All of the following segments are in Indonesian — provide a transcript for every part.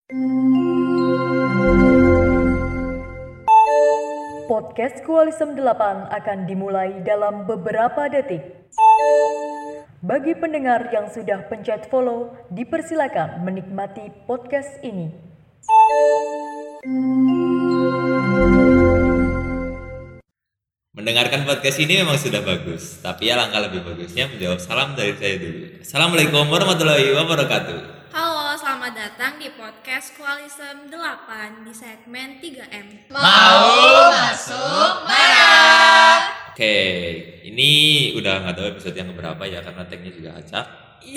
Podcast Kualisem 8 akan dimulai dalam beberapa detik. Bagi pendengar yang sudah pencet follow, dipersilakan menikmati podcast ini. Mendengarkan podcast ini memang sudah bagus, tapi alangkah lebih bagusnya menjawab salam dari saya dulu. Assalamualaikum warahmatullahi wabarakatuh. Halo, selamat datang di podcast Kualisem 8 di segmen 3M. Mau masuk mana? Oke, ini udah nggak tahu episode yang keberapa ya karena tagnya juga acak.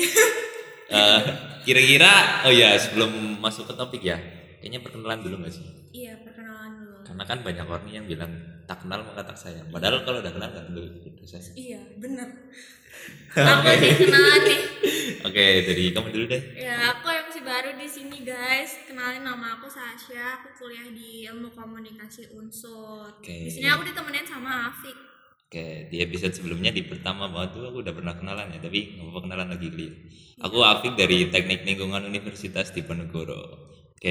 Kira-kira, oh ya sebelum masuk ke topik ya, kayaknya perkenalan dulu nggak sih? Iya, perkenalan dulu. Karena kan banyak orang yang bilang tak kenal maka tak sayang. Padahal kalau udah kenal kan dulu sayang. Iya, bener. Aku nih kenalan nih. Oke, dari kamu dulu deh. Ya, aku yang masih baru di sini guys. Kenalin, nama aku Sasha. Aku kuliah di Ilmu Komunikasi Unsur. Oke. Di sini aku ditemenin sama Afik. Oke, di episode sebelumnya di pertama banget tuh aku udah pernah kenalan ya, tapi nggak apa kenalan lagi kali. Aku Afik dari Teknik Lingkungan Universitas Diponegoro. Oke,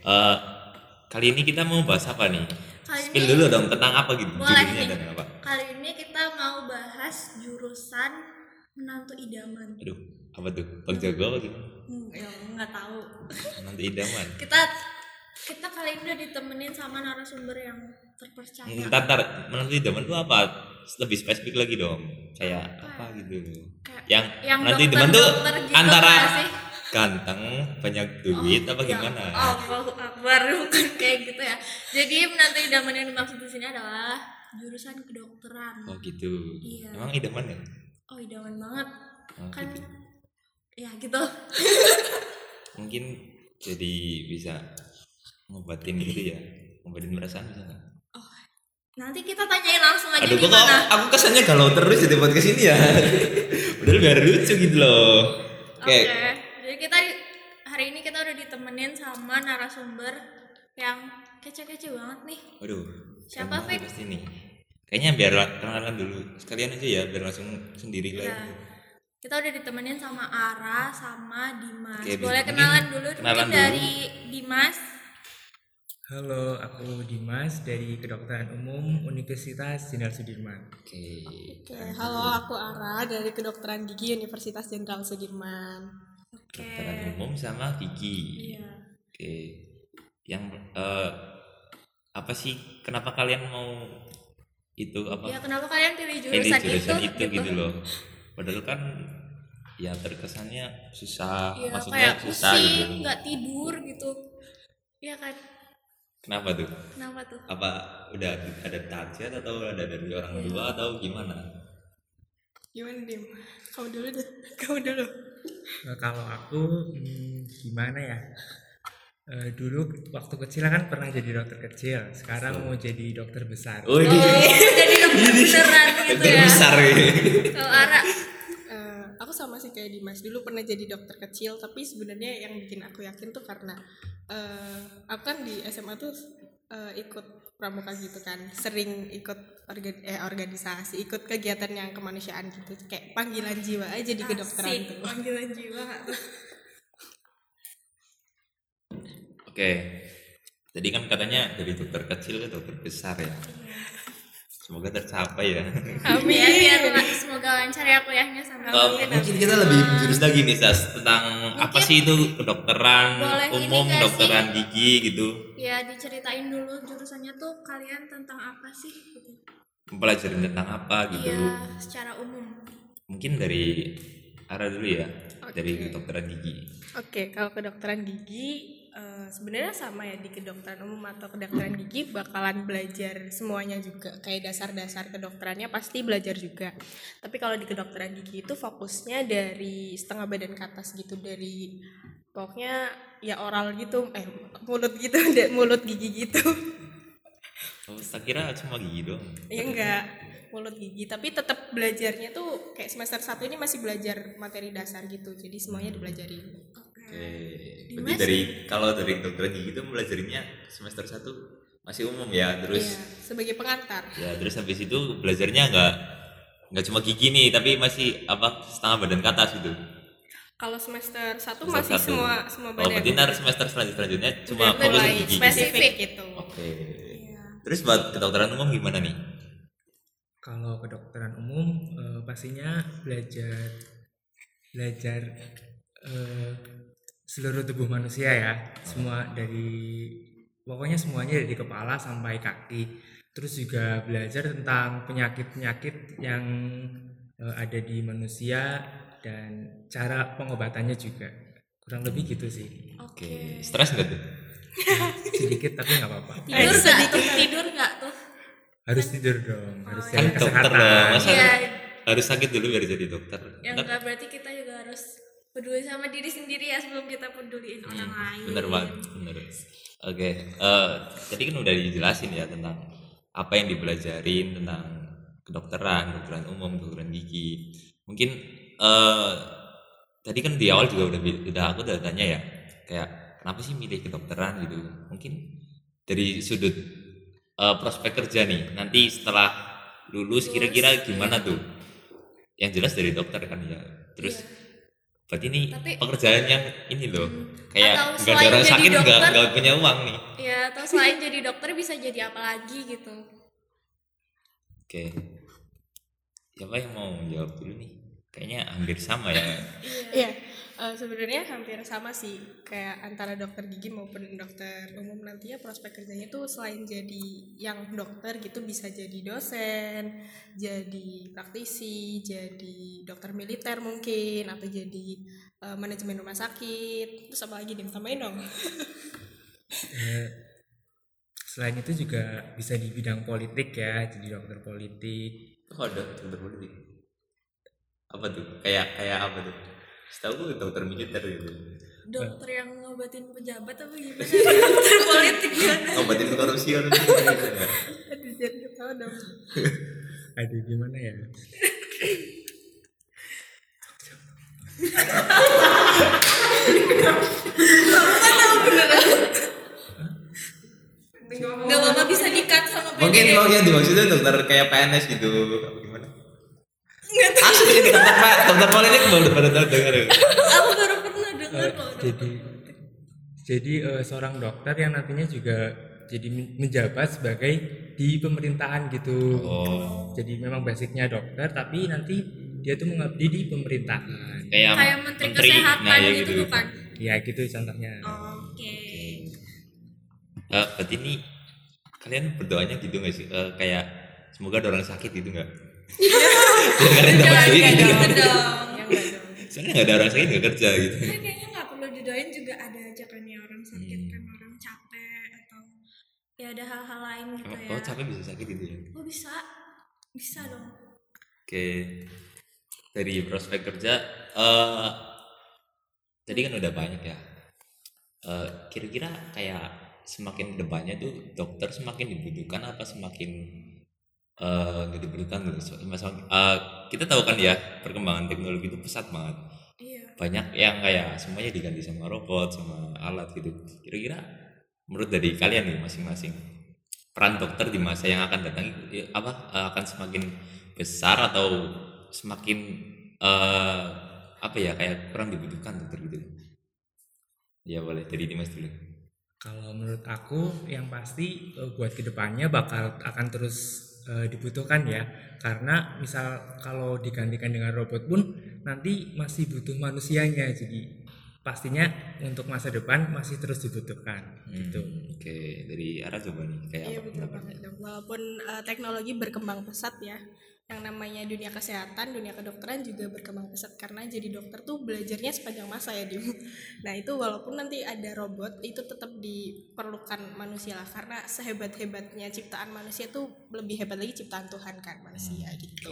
kali ini kita mau bahas apa nih? Spill dulu dong tentang apa gitu Boleh judulnya nih. dan apa? Kali ini kita mau bahas jurusan menantu idaman. Aduh, apa tuh? Bang jago apa gimana? Ya nggak tahu. Nanti idaman. Kita kali ini udah ditemenin sama narasumber yang terpercaya. Ntar, menantu idaman tuh apa? Lebih spesifik lagi dong. Kayak apa gitu? Yang nanti idaman tuh gitu antara nggak sih? ganteng, banyak duit apa Ya, gimana? Allahu Akbar, bukan kayak gitu ya. Jadi menantu idaman yang dimaksud di sini adalah jurusan kedokteran. Oh gitu. Iya. Emang idaman ya? Oh, idaman banget. Oh, Kan gitu. ya gitu. Mungkin jadi bisa ngobatin gitu ya, ngobatin perasaan bisa nggak? Nanti kita tanyain langsung aja Aduh, kok gimana. aku kesannya galau terus di podcast ini ya. Padahal biar lucu gitu loh. Oke. Jadi hari ini kita udah ditemenin sama narasumber yang kece-kece banget nih. Waduh. Siapa, keren Fik? banget pasti nih. Kayaknya biar kenalan dulu sekalian aja ya, biar langsung sendiri lah. Ya. Kita udah ditemenin sama Ara sama Dimas. Oke, Boleh mungkin kenalan dulu kenalan mungkin dulu. dari Dimas. Halo, aku Dimas dari Kedokteran Umum Universitas Jenderal Sudirman. Oke. Halo, aku Ara dari Kedokteran Gigi Universitas Jenderal Sudirman. Kedokteran umum sama gigi. Iya. Oke. Yang apa sih? Kenapa kalian mau itu apa? Ya, kenapa kalian pilih Pilih jurusan, jurusan itu gitu loh. Padahal kan ya terkesannya susah, Iya, maksudnya kayak susah pusing, gitu. nggak tidur gitu. Iya kan? Kenapa tuh? Kenapa tuh? Apa udah ada target atau ada dari orang tua atau gimana? Gimana, Dim? Kamu dulu deh. Kamu dulu. Kalau aku gimana ya? Dulu waktu kecil kan pernah jadi dokter kecil. Sekarang mau jadi dokter besar. Oh, ini Jadi dokter beneran gitu dokter ya. besar ya. Kalau Ara, Aku sama sih kayak Dimas. Dulu pernah jadi dokter kecil, tapi sebenarnya yang bikin aku yakin tuh karena aku kan di SMA tuh ikut pramuka gitu kan. Sering ikut organisasi, ikut kegiatan yang kemanusiaan gitu. Kayak panggilan jiwa aja di kedokteran asik, tuh. panggilan jiwa. Oke. Tadi kan katanya dari dokter kecil ke dokter besar ya. Semoga tercapai ya. Amin. Ya, biar semoga lancar ya kuliahnya sama Mungkin kita lebih jurus lagi nih Sas tentang apa sih itu kedokteran boleh ini umum, nggak kedokteran gigi gitu. Ya, diceritain dulu jurusannya tuh kalian tentang apa sih gitu. Mempelajari tentang apa gitu. Iya, secara umum. Mungkin dari arah dulu ya, dari Oke. kedokteran gigi. Oke, kalau kedokteran gigi sebenarnya sama ya, di kedokteran umum atau kedokteran gigi bakalan belajar semuanya juga, kayak dasar-dasar kedokterannya pasti belajar juga. Tapi kalau di kedokteran gigi itu fokusnya dari setengah badan ke atas gitu, dari pokoknya ya oral gitu, mulut gitu, mulut gigi gitu. Oh, saya kira cuma gigi doang. Ya enggak, mulut gigi, tapi tetap belajarnya tuh kayak semester 1 ini masih belajar materi dasar gitu, jadi semuanya dipelajarin. Oke. Berarti kalau dari kedokteran gigi itu belajarinya semester 1 masih umum ya, terus Iya, sebagai pengantar. ya terus habis itu belajarnya nggak cuma gigi nih, tapi masih apa setengah badan ke atas gitu. Kalau semester 1 Semester masih satu. semua Oh, berarti badan. ntar semester selanjutnya cuma Udah fokus mulai ke gigi. spesifik gitu. Oke. Iya. Terus buat kedokteran umum gimana nih? Kalau kedokteran umum pastinya belajar eh, seluruh tubuh manusia ya, semua dari pokoknya semuanya dari kepala sampai kaki. Terus juga belajar tentang penyakit-penyakit yang ada di manusia dan cara pengobatannya juga. Kurang lebih gitu sih. Oke. Stres nggak tuh? Sedikit tapi nggak apa-apa. Tidur nggak tuh? Tidur nggak tuh? Harus tidur dong, harus Kan jaga dokter loh, kesehatan. masa Iya. harus sakit dulu biar jadi dokter. Yang Ntar- enggak berarti kita juga harus peduli sama diri sendiri ya sebelum kita peduliin orang lain. Bener banget, bener. Oke, tadi kan udah dijelasin ya tentang apa yang dipelajarin tentang kedokteran umum, kedokteran gigi. Mungkin tadi kan di awal juga aku udah tanya ya, kayak kenapa sih milih kedokteran gitu? Mungkin dari sudut prospek kerja nih, nanti setelah lulus kira-kira gimana tuh? Yang jelas dari dokter kan ya. Terus berarti ini Tapi- pekerjaan yang ini loh, kayak Atau nggak ada selain orang jadi sakit dokter- nggak punya uang nih. Ya, atau selain jadi dokter bisa jadi apa lagi gitu. Oke, siapa yang mau jawab dulu nih? Kayaknya hampir sama ya. Iya, sebenarnya hampir sama sih kayak antara dokter gigi maupun dokter umum. Nantinya prospek kerjanya tuh selain jadi yang dokter gitu bisa jadi dosen, jadi praktisi, jadi dokter militer mungkin, atau jadi manajemen rumah sakit. Terus apa lagi nih, tambahin dong. Selain itu juga bisa di bidang politik ya, jadi dokter politik. Oh, ada dokter politik. Apa tuh? Kayak apa tuh? Setahu gue dokter militer gitu. Dokter yang ngobatin pejabat apa gimana? Dokter politik gimana? Obatin korupsi orang gitu. Aduh, jangan ketawa dong. Aduh gimana ya? Nggak apa-apa bisa di-cut sama Mungkin PNS. yang dimaksudnya dokter kayak PNS gitu. Apa gimana? Asli dokter politik baru pada tahu dengar ya. Aku baru pernah dengar loh. Jadi seorang dokter yang nantinya juga jadi menjabat sebagai di pemerintahan gitu. Oh, Jadi memang basicnya dokter, tapi nanti dia tuh mengabdi di pemerintahan. Kayak menteri kesehatan nah, ya gitu bukan? Ya gitu contohnya. Oke. Berarti ini kalian berdoanya gitu nggak sih? Kayak semoga ada orang sakit gitu nggak? Biar kalian dapat duit gitu. Gitu dong. Ya enggak dong. Soalnya nggak ada orang sakit nggak kerja gitu. Kan kayaknya nggak perlu didoain juga ada aja kan ya orang sakit kan orang capek atau ya ada hal-hal lain gitu ya. Oh, capek bisa sakit gitu ya? Oh bisa dong. Oke, dari prospek kerja, tadi kan udah banyak ya. Kira-kira kayak semakin depannya tuh dokter semakin dibutuhkan apa semakin nggak dibutuhkan gitu. Kita tahu kan ya perkembangan teknologi itu pesat banget. Iya. Banyak yang kayak semuanya diganti sama robot, sama alat gitu. Kira-kira menurut dari kalian nih masing-masing peran dokter di masa yang akan datang akan semakin besar atau semakin kayak kurang dibutuhkan dokter gitu? Ya boleh dari Dimas dulu. Kalau menurut aku yang pasti buat kedepannya akan terus dibutuhkan ya, karena misal kalau digantikan dengan robot pun nanti masih butuh manusianya, jadi pastinya untuk masa depan masih terus dibutuhkan gitu. Oke, dari arah coba nih kayak Iya apa betul pendapatnya? banget dong. Walaupun teknologi berkembang pesat ya, yang namanya dunia kesehatan, dunia kedokteran juga berkembang pesat karena jadi dokter tuh belajarnya sepanjang masa ya Dim. Nah itu walaupun nanti ada robot itu tetap diperlukan manusia lah karena sehebat-hebatnya ciptaan manusia tuh lebih hebat lagi ciptaan Tuhan kan manusia gitu.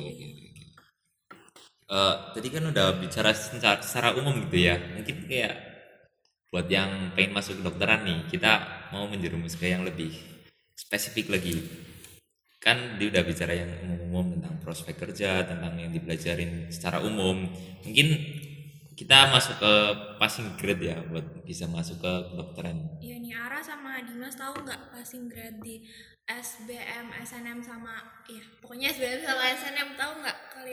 Tadi kan udah bicara secara umum gitu ya. Mungkin kayak buat yang pengen masuk kedokteran nih, kita mau menjerumus ke yang lebih spesifik lagi. Kan dia udah bicara yang umum-umum tentang prospek kerja, tentang yang dipelajarin secara umum. Mungkin kita masuk ke passing grade ya buat bisa masuk ke kedokteran. Iya nih Ara sama Dimas tahu nggak passing grade di SBM, SNM sama pokoknya SBM sama SNM tahu nggak kalian?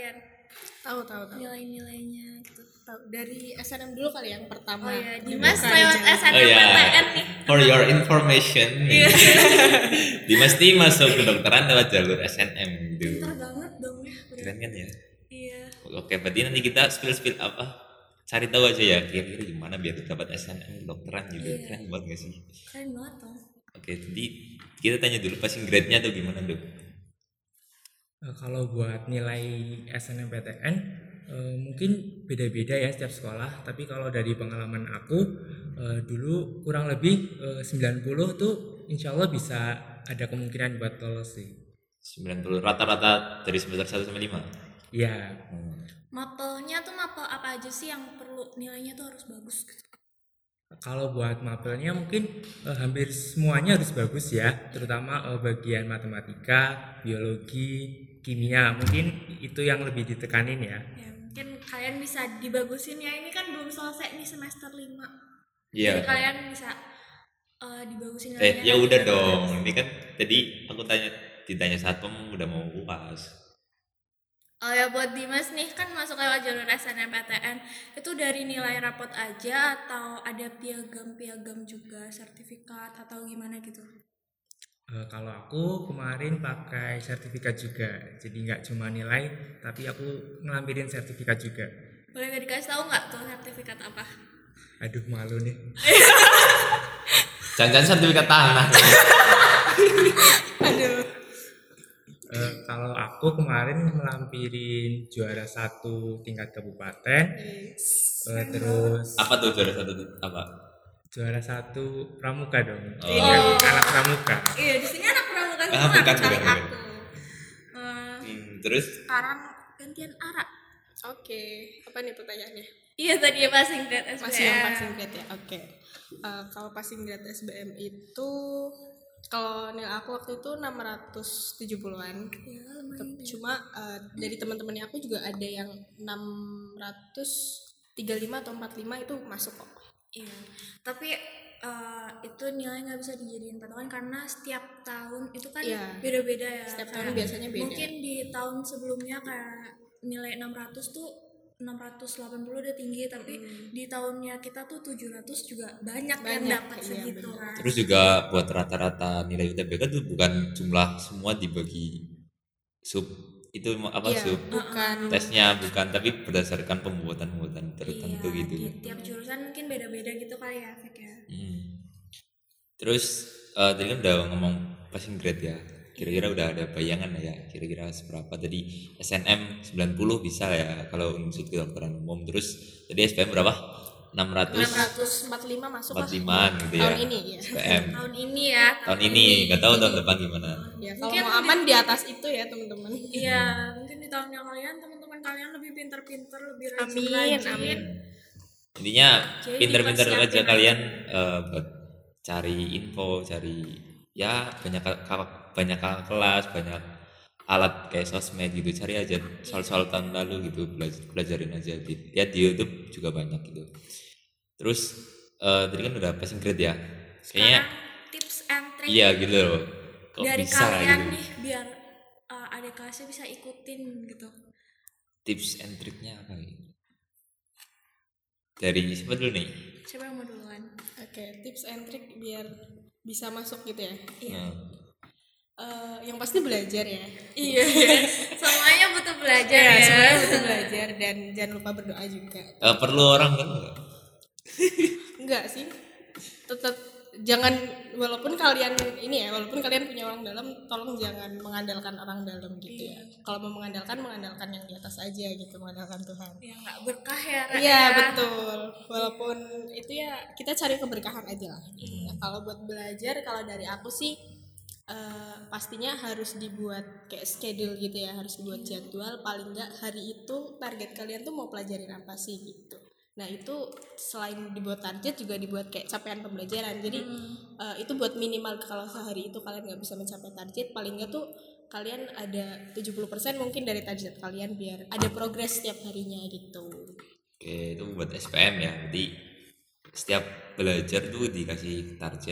Tahu. nilai-nilainya gitu. Tahu. Dari SNM dulu kali yang pertama. Oh ya, Dimas Bukan lewat jalan. SNMPTN nih. For your information nih. Dimas nih masuk kedokteran lewat jalur SNM gitu. Pintar banget dong ya. Keren kan ya? Iya. Oke, berarti nanti kita spill apa? Cari tahu aja ya kira-kira gimana biar dapat SNM kedokteran gitu. Iya. Keren banget gak sih? Keren banget dong. Oke, jadi kita tanya dulu passing grade-nya tuh gimana, Dok? Kalau buat nilai SNMPTN mungkin beda-beda ya setiap sekolah, tapi kalau dari pengalaman aku dulu kurang lebih 90 tuh insya Allah bisa ada kemungkinan buat lolos sih. 90 rata-rata dari semester 1 sampai 5. Ya, Mapelnya tuh mapel apa aja sih yang perlu nilainya tuh harus bagus gitu? kalau buat mapelnya mungkin hampir semuanya harus bagus ya, terutama bagian matematika, biologi, kimia, mungkin itu yang lebih ditekanin ya. Ya mungkin kalian bisa dibagusin ya, ini kan belum selesai nih semester 5. Iya. Jadi kalian bisa dibagusin Ya udah dong. Ini kan tadi aku ditanya satpam udah mau UAS. Oh ya, buat Dimas nih kan masuk lewat jalur SNMPTN, itu dari nilai rapot aja atau ada piagam juga, sertifikat atau gimana gitu? Kalau aku kemarin pakai sertifikat juga, jadi nggak cuma nilai, tapi aku ngelampirin sertifikat juga. Boleh gak dikasih tahu nggak tuh sertifikat apa? Aduh malu nih. Jangan-jangan sertifikat tanah. Aduh. Kalau aku kemarin melampirin juara 1 tingkat kabupaten, terus Apa tuh juara satu tuh? Apa? juara 1 pramuka dong. Oh. Yang anak pramuka. Iya, di sini anak pramuka Ah, semua, bukan, kecuali bukan. aku. Terus Sekarang gantian Ara. Oke, apa nih pertanyaannya? Iya, tadi ya passing grade SBM. Masih yang passing grade ya. Oke. Kalau passing grade SBM itu kalau nilai aku waktu itu 670-an. Ya, lumayan. Cuma dari teman-temannya aku juga ada yang 635 atau 45 itu masuk kok. Iya, tapi itu nilai nggak bisa dijadiin patokan karena setiap tahun itu kan Iya. beda-beda ya. Setiap Kayak tahun biasanya beda. Mungkin di tahun sebelumnya kayak nilai 600 tuh 680 udah tinggi, tapi di tahunnya kita tuh 700 juga banyak yang Banyak, dapat iya, segitu benar. kan. terus juga buat rata-rata nilai UTBK tuh bukan jumlah semua dibagi sub itu apa Iya, sub bukan. tesnya bukan, tapi berdasarkan pembuatan tertentu Iya, gitu. di tiap jurusan mungkin beda-beda gitu kali ya, Fik ya. Terus tadi kan udah ngomong passing grade ya. Kira-kira udah ada bayangan ya, kira-kira seberapa tadi SNM 90 bisa ya kalau unsur kedokteran umum. Terus tadi SPM berapa? 645 645 masuk lah. gitu ya. Tahun ini ya. SPM. Tahun ini ya. Tahun ini nggak tahu tahun depan gimana. Ya, kalau Mungkin mau aman di atas itu ya, teman-teman. Iya, mungkin di tahunnya kalian, teman-teman kalian lebih pintar-pintar, lebih Amin, rajin-rajin. amin. Intinya Jadi pinter-pinter aja dipersiapin kalian buat cari info, cari ya banyak kakak kelas, banyak alat kayak sosmed gitu, cari aja soal-soal tahun lalu gitu, belajarin aja di YouTube juga banyak gitu. Terus tadi kan udah passing grade ya, kayaknya Sekarang tips and trick iya gitu loh, kok dari bisa kalian gitu. nih biar adik kelasnya bisa ikutin gitu. Tips and triknya apa gitu? Dari siapa dulu nih? Siapa yang mau duluan? Oke, tips and trick biar bisa masuk gitu ya. Iya. Yang pasti belajar ya. Iya. Semuanya butuh belajar Ya, ya. sebenarnya butuh belajar dan jangan lupa berdoa juga. Perlu orang kan nggak? Enggak sih. Tetap jangan walaupun kalian punya orang dalam, tolong jangan mengandalkan orang dalam gitu ya. Kalau mau mengandalkan yang di atas aja gitu, mengandalkan Tuhan. Ya nggak berkah ya. Ra, Iya, ya. betul. Walaupun itu ya kita cari keberkahan aja lah. Nah, kalau buat belajar, kalau dari aku sih pastinya harus dibuat kayak schedule gitu ya, harus dibuat jadwal. Paling nggak hari itu target kalian tuh mau pelajarin apa sih gitu. Nah itu selain dibuat target juga dibuat kayak capaian pembelajaran. Jadi itu buat minimal kalau sehari itu kalian nggak bisa mencapai target, paling nggak tuh kalian ada 70% mungkin dari target kalian biar ada progres setiap harinya gitu. Oke, itu buat SPM ya. Jadi setiap belajar tuh dikasih target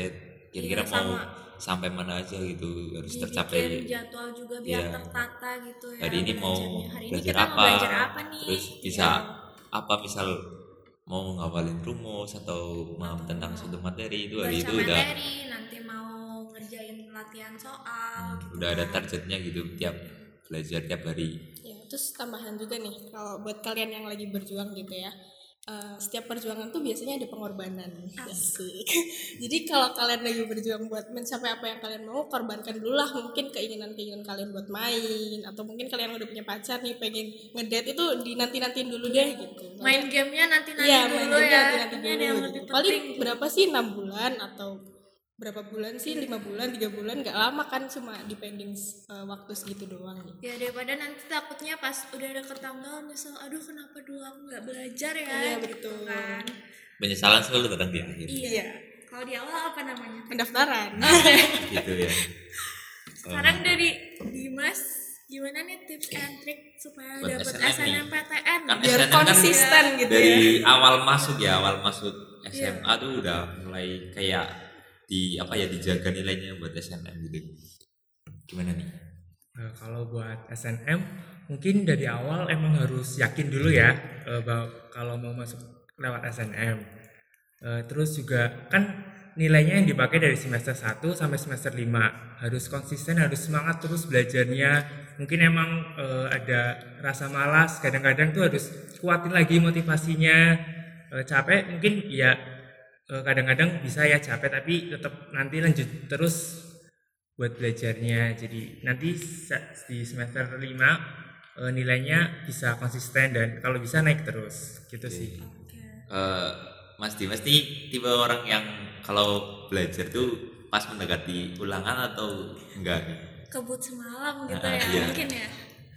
kira-kira Iya, mau sama. sampai mana aja gitu harus Dibikin tercapai. jadwal juga biar Iya. tertata gitu ya. Hari ini mau belajarnya. Hari ini belajar kita mau apa, belajar apa nih? terus bisa Iya. apa, misal mau ngawalin rumus atau mau tentang suatu materi itu hari Baca itu udah materi, nanti mau ngerjain latihan soal gitu udah ada kan. targetnya gitu tiap belajar tiap hari. Ya, terus tambahan juga nih kalau buat kalian yang lagi berjuang gitu ya. Setiap perjuangan tuh biasanya ada pengorbanan. Asik. Jadi kalau kalian lagi berjuang buat mencapai apa yang kalian mau, korbankan dulu lah mungkin keinginan-keinginan kalian buat main, atau mungkin kalian udah punya pacar nih pengen ngedate, itu dinanti-nantiin dulu deh gitu. Main gamenya nanti-nanti Iya, dulu main gamenya ya. nanti-nanti Ini ada yang dulu lebih gitu. Paling penting. berapa sih, 6 bulan atau berapa bulan sih, 5 bulan, 3 bulan, gak lama kan, cuma depending waktu segitu doang gitu. Ya daripada nanti takutnya pas udah deket tanggal nyesel, aduh kenapa dulu aku nggak belajar ya. Iya, gitu betul. kan. Penyesalan selalu datang di akhir. Iya. Kalau di awal apa namanya? Pendaftaran. Gitu ya. Sekarang dari Dimas, gimana nih tips and trick supaya Buat dapat SNM nih. SNMPTN? Kan Biar SNM kan konsisten gitu ya. dari awal masuk SMA Iya. tuh udah mulai kayak dijaga nilainya buat SNM gitu. Gimana nih? Kalau buat SNM mungkin dari awal emang harus yakin dulu ya bahwa kalau mau masuk lewat SNM. Terus juga kan nilainya yang dipakai dari semester 1 sampai semester 5 harus konsisten, harus semangat terus belajarnya. Mungkin emang ada rasa malas, kadang-kadang tuh harus kuatin lagi motivasinya. Capek mungkin ya, kadang-kadang bisa ya capek, tapi tetap nanti lanjut terus buat belajarnya. Jadi nanti di semester 5 nilainya bisa konsisten dan kalau bisa naik terus gitu sih. Mas Dimas nih tipe orang yang kalau belajar tuh pas mendekati ulangan atau enggak nih? Kebut semalam gitu ya Iya. mungkin ya.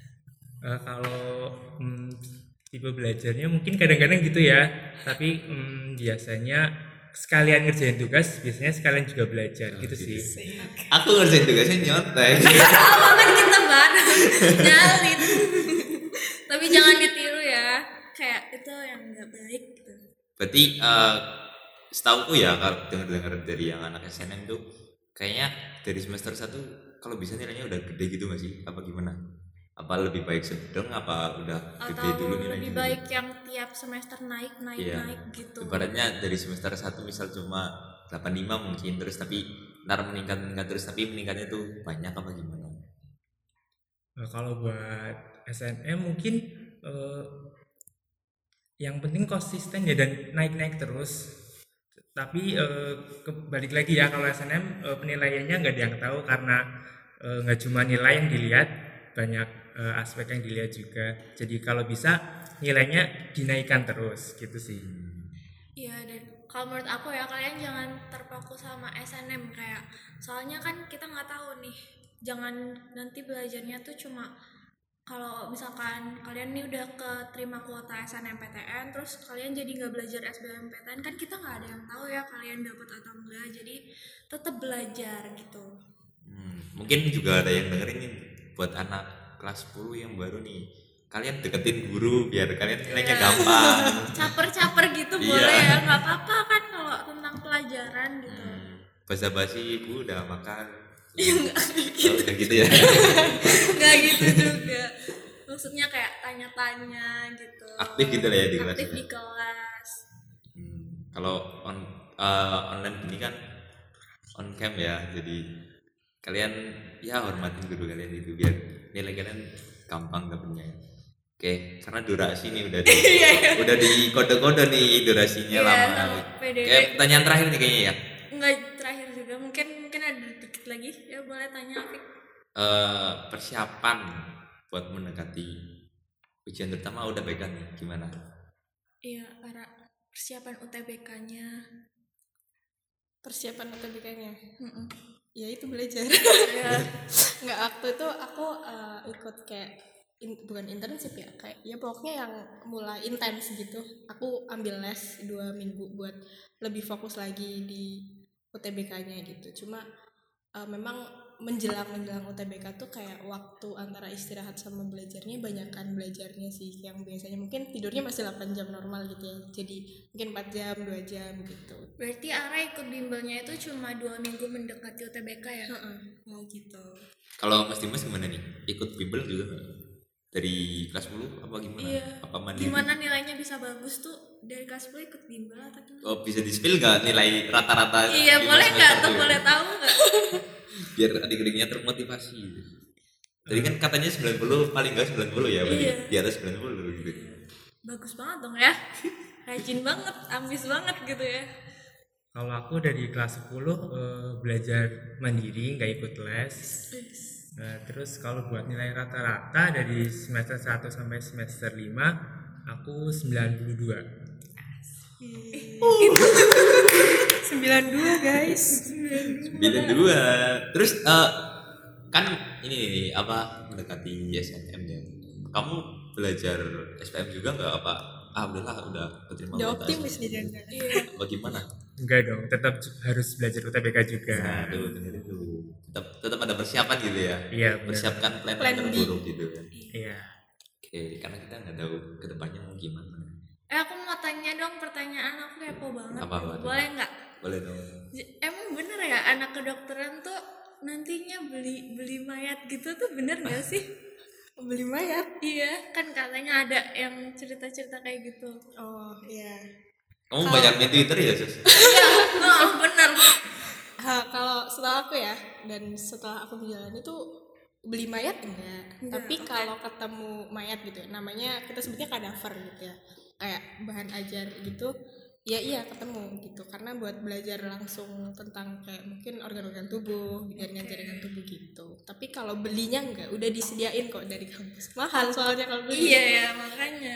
Kalau tipe belajarnya mungkin kadang-kadang gitu ya, tapi biasanya sekalian ngerjain tugas, biasanya sekalian juga belajar gitu sih. Aku ngerjain tugasnya nyontek. Apa kan kita bareng nyalin. Tapi jangan ditiru ya. Kayak itu yang nggak baik gitu. Berarti setauku ya kalau dengar-dengar dari yang anak SNM tuh kayaknya dari semester 1 kalau bisa nilainya udah gede gitu nggak sih? Apa gimana? Apa lebih baik sedang, apa udah gede Atau dulu nilainya? lebih baik yang tiap semester naik Iya. gitu. Ibaratnya dari semester 1 misal cuma 85 mungkin, terus tapi ntar meningkat terus, tapi meningkatnya tuh banyak apa gimana? Kalau buat SNM mungkin yang penting konsisten ya dan naik-naik terus. Tapi balik lagi ya, kalau SNM penilaiannya nggak ada yang tahu karena nggak cuma nilai yang dilihat, banyak aspek yang dilihat juga. Jadi kalau bisa nilainya dinaikkan terus gitu sih. Iya, dan kalau menurut aku ya kalian jangan terpaku sama SNM kayak, soalnya kan kita nggak tahu nih, jangan nanti belajarnya tuh cuma kalau misalkan kalian nih udah keterima kuota SNMPTN terus kalian jadi nggak belajar SBMPTN, kan kita nggak ada yang tahu ya kalian dapat atau enggak, jadi tetap belajar gitu. Mungkin juga ada yang dengerin nih buat anak kelas 10 yang baru nih, kalian deketin guru biar kalian nilainya gampang. Caper-caper gitu Iya. boleh ya, nggak apa-apa kan kalau tentang pelajaran gitu. Basa-basi, Bu udah makan. Ya nggak gitu. Udah gitu ya. Nggak gitu juga, maksudnya kayak tanya-tanya gitu, Aktif gitu lah ya di kelas. aktif di kelas. Kalau online ini kan on cam ya, jadi kalian ya hormatin guru kalian itu biar nilai kalian gampang dapetnya. Oke, karena durasi nih udah di kode-kode nih durasinya Iya, lama. sama PDD. Kayak pertanyaan terakhir nih kayaknya ya. Enggak, terakhir juga mungkin ada dikit lagi ya, boleh tanya Afik. Persiapan buat mendekati ujian terutama udah pegang nih gimana? Iya, para persiapan UTBK-nya. Persiapan UTBK-nya. Mm-mm. Ya itu belajar. Iya. Nggak, waktu itu aku ikut kayak bukan internship ya, kayak ya pokoknya yang mulai intens gitu. Aku ambil les 2 minggu buat lebih fokus lagi di UTBK-nya gitu. Cuma memang menjelang UTBK tuh kayak waktu antara istirahat sama belajarnya banyakan belajarnya sih, yang biasanya mungkin tidurnya masih 8 jam normal gitu ya, jadi mungkin 4 jam 2 jam gitu. Berarti Ara ikut bimbelnya itu cuma 2 minggu mendekati UTBK ya? Oh gitu. Kalau Mas Dimas gimana nih? Ikut bimbel juga nggak? Dari kelas 10 apa gimana? Iya. Apa mandiri? Gimana nilainya bisa bagus tuh dari kelas 10 ikut bimbel atau gimana? Oh, bisa di-spill nggak nilai rata-rata? Iya, 5 boleh nggak semester tuh? tuh? Boleh tahu nggak? Biar adik-adiknya termotivasi gitu. Tadi kan katanya 90, paling nggak 90 ya, berarti Iya. di atas 90 gitu. Bagus banget dong ya. Rajin banget, ambis banget gitu ya. Kalau aku dari kelas 10 belajar mandiri, nggak ikut les. Terus kalau buat nilai rata-rata dari semester 1 sampai semester 5 aku 92. 92 guys. 92. Terus kan ini nih, apa mendekati SNM ya. Kamu belajar SPM juga nggak apa? Udah keterima Udah kuota optimis SNM. nih Janda. Apa gimana? Enggak dong, tetap harus belajar UTBK juga. Nah, dengerin dulu. Tetap ada persiapan gitu ya. Iya, benar. Persiapkan plan Plan B. terburuk gitu kan. Iya. Oke, karena kita nggak tahu kedepannya mau gimana. Aku mau tanya dong pertanyaan, aku kepo banget. Apa? Boleh nggak? Boleh dong. Emang bener ya anak kedokteran tuh nantinya beli mayat gitu tuh bener nggak sih? Beli mayat. Iya, kan katanya ada yang cerita-cerita kayak gitu. Oh iya. Kamu banyak main Twitter ya, Sus? Oh, bener. Kalau setelah aku ya, dan setelah aku menjalani itu beli mayat enggak. Tapi kalau ketemu mayat gitu, namanya kita sebutnya kadaver gitu ya, kayak bahan ajar gitu. Ya iya ketemu gitu, karena buat belajar langsung tentang kayak mungkin organ-organ tubuh, jaringan-jaringan tubuh gitu. Tapi kalau belinya enggak, udah disediain kok dari kampus. Mahal soalnya kalau beli. Iya ya, makanya.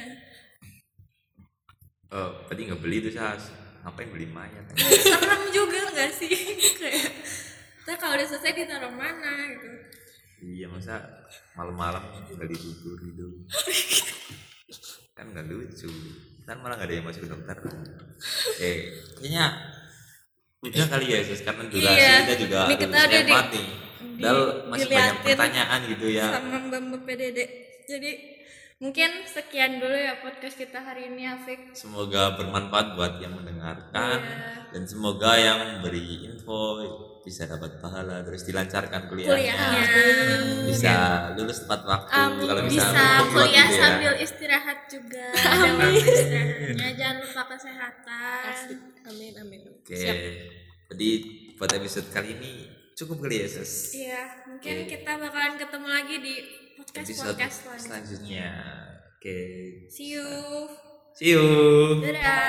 Berarti nggak beli tuh, Sas. Ngapain beli mayat? Serem juga nggak sih? Kayak, terus kalau udah selesai ditaruh mana gitu? Iya, masa malam-malam nggak dikubur gitu. Kan nggak lucu. Ntar malah nggak ada yang masuk ke dokter. Kayaknya udah kali ya, Sus, karena durasi Iya. kita juga Ini kita udah hemat nih. Dal masih banyak diliatin pertanyaan gitu ya. sama Mbak PDD. Jadi mungkin sekian dulu ya podcast kita hari ini, Afik. Semoga bermanfaat buat yang mendengarkan dan semoga yang memberi info bisa dapat pahala, terus dilancarkan kuliahnya, bisa lulus tepat waktu. Kalau Bisa mumpung kuliah gitu ya. sambil istirahat juga. Ada waktu istirahatnya, jangan lupa kesehatan. Amin amin. Oke, jadi buat episode kali ini cukup kali ya, Sus. Iya, mungkin kita bakalan ketemu lagi di Episode podcast selanjutnya. Oke, See you. see you. Dadah.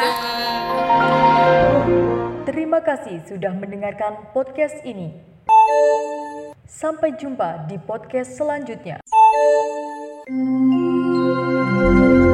Terima kasih sudah mendengarkan podcast ini. Sampai jumpa di podcast selanjutnya.